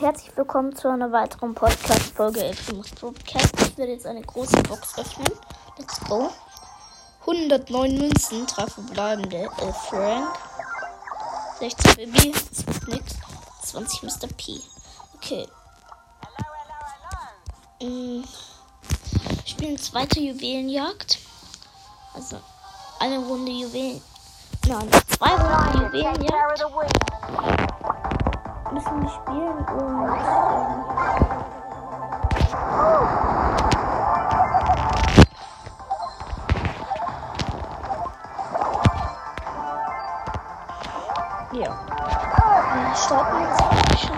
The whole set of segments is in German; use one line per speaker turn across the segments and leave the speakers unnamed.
Herzlich willkommen zu einer weiteren Podcast-Folge Elfrimus Podcast. Ich werde jetzt eine große Box öffnen. Let's go. 109 Münzen, 3 verbleibende, 11 Frank, 16 Baby, nix, 20 Mr. P. Okay. Ich spiele zweite Juwelenjagd. Also eine Runde Juwelen. Nein, 2 Runden Juwelenjagd. Müssen wir spielen und ja. Wir starten jetzt schon.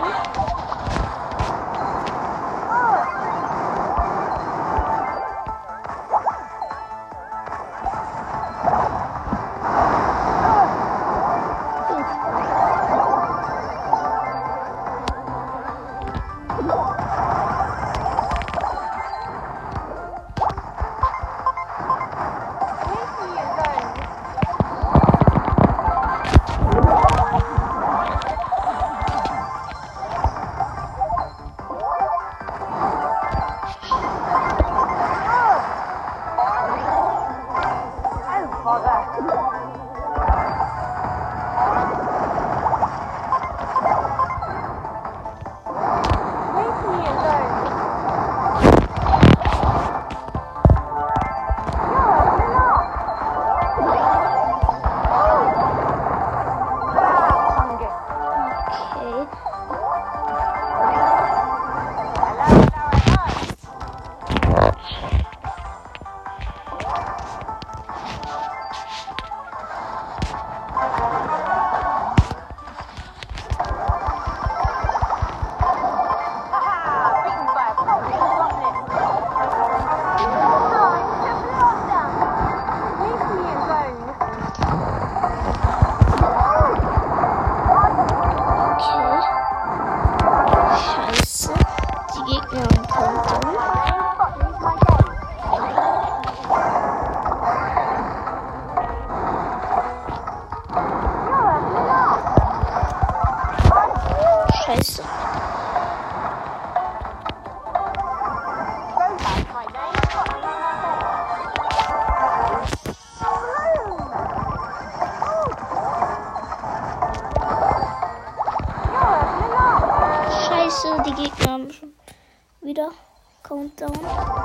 Scheiße. Scheiße, die Gegner haben schon wieder Countdown.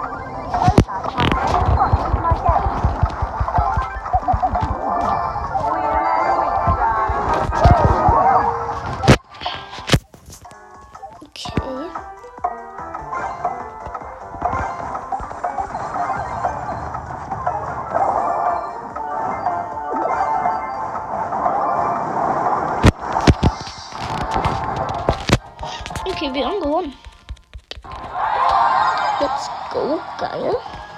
Okay, wir haben gewonnen. Let's go, geil.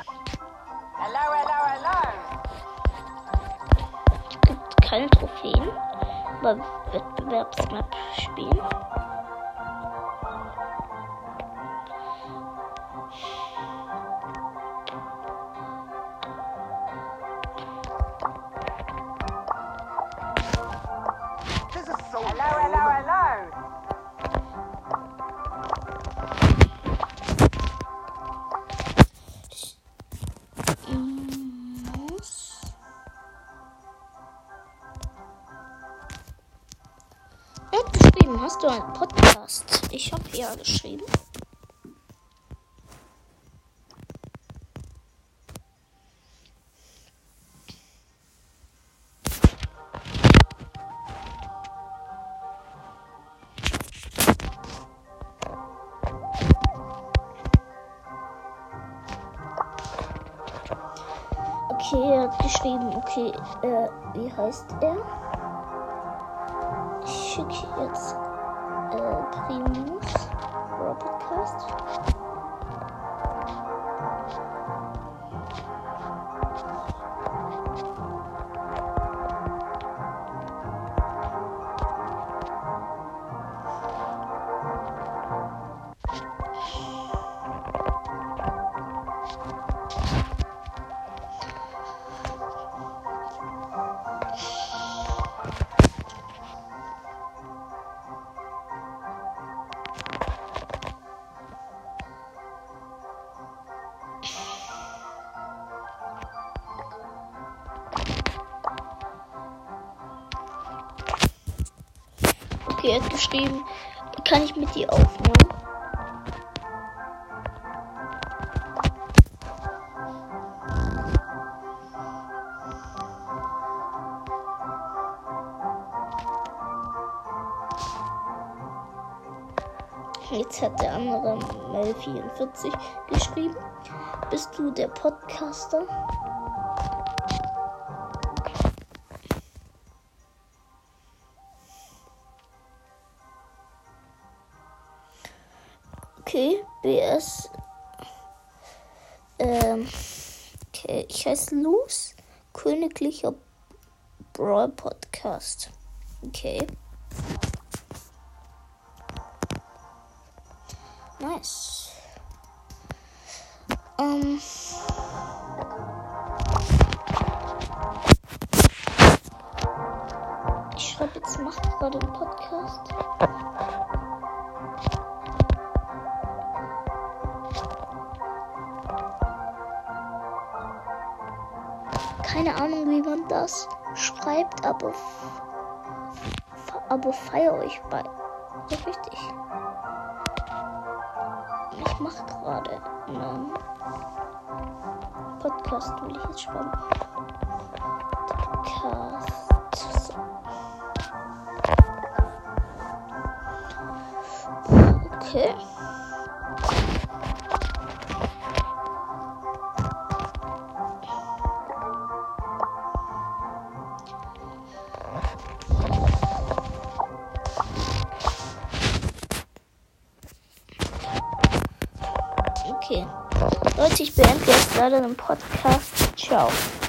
Es gibt keine Trophäen, aber Wettbewerbsmap spielen. Hast du einen Podcast? Ich habe ja geschrieben. Okay, er hat geschrieben. Okay, wie heißt er? Ich schicke jetzt Primus Podcast. hat geschrieben, kann ich mit dir aufnehmen? Jetzt hat der andere Mel44 geschrieben. Bist du der Podcaster? Okay, BS. Okay, ich heiße Luz, Königlicher Brawl Podcast. Okay. Nice. Ich schreibe jetzt, macht gerade einen Podcast. Keine Ahnung, wie man das schreibt, aber feier euch bei. Ja, richtig. Ich mache gerade einen Podcast, will ich jetzt schreiben. Podcast. Okay. Okay. Leute, ich beende jetzt leider den Podcast. Ciao.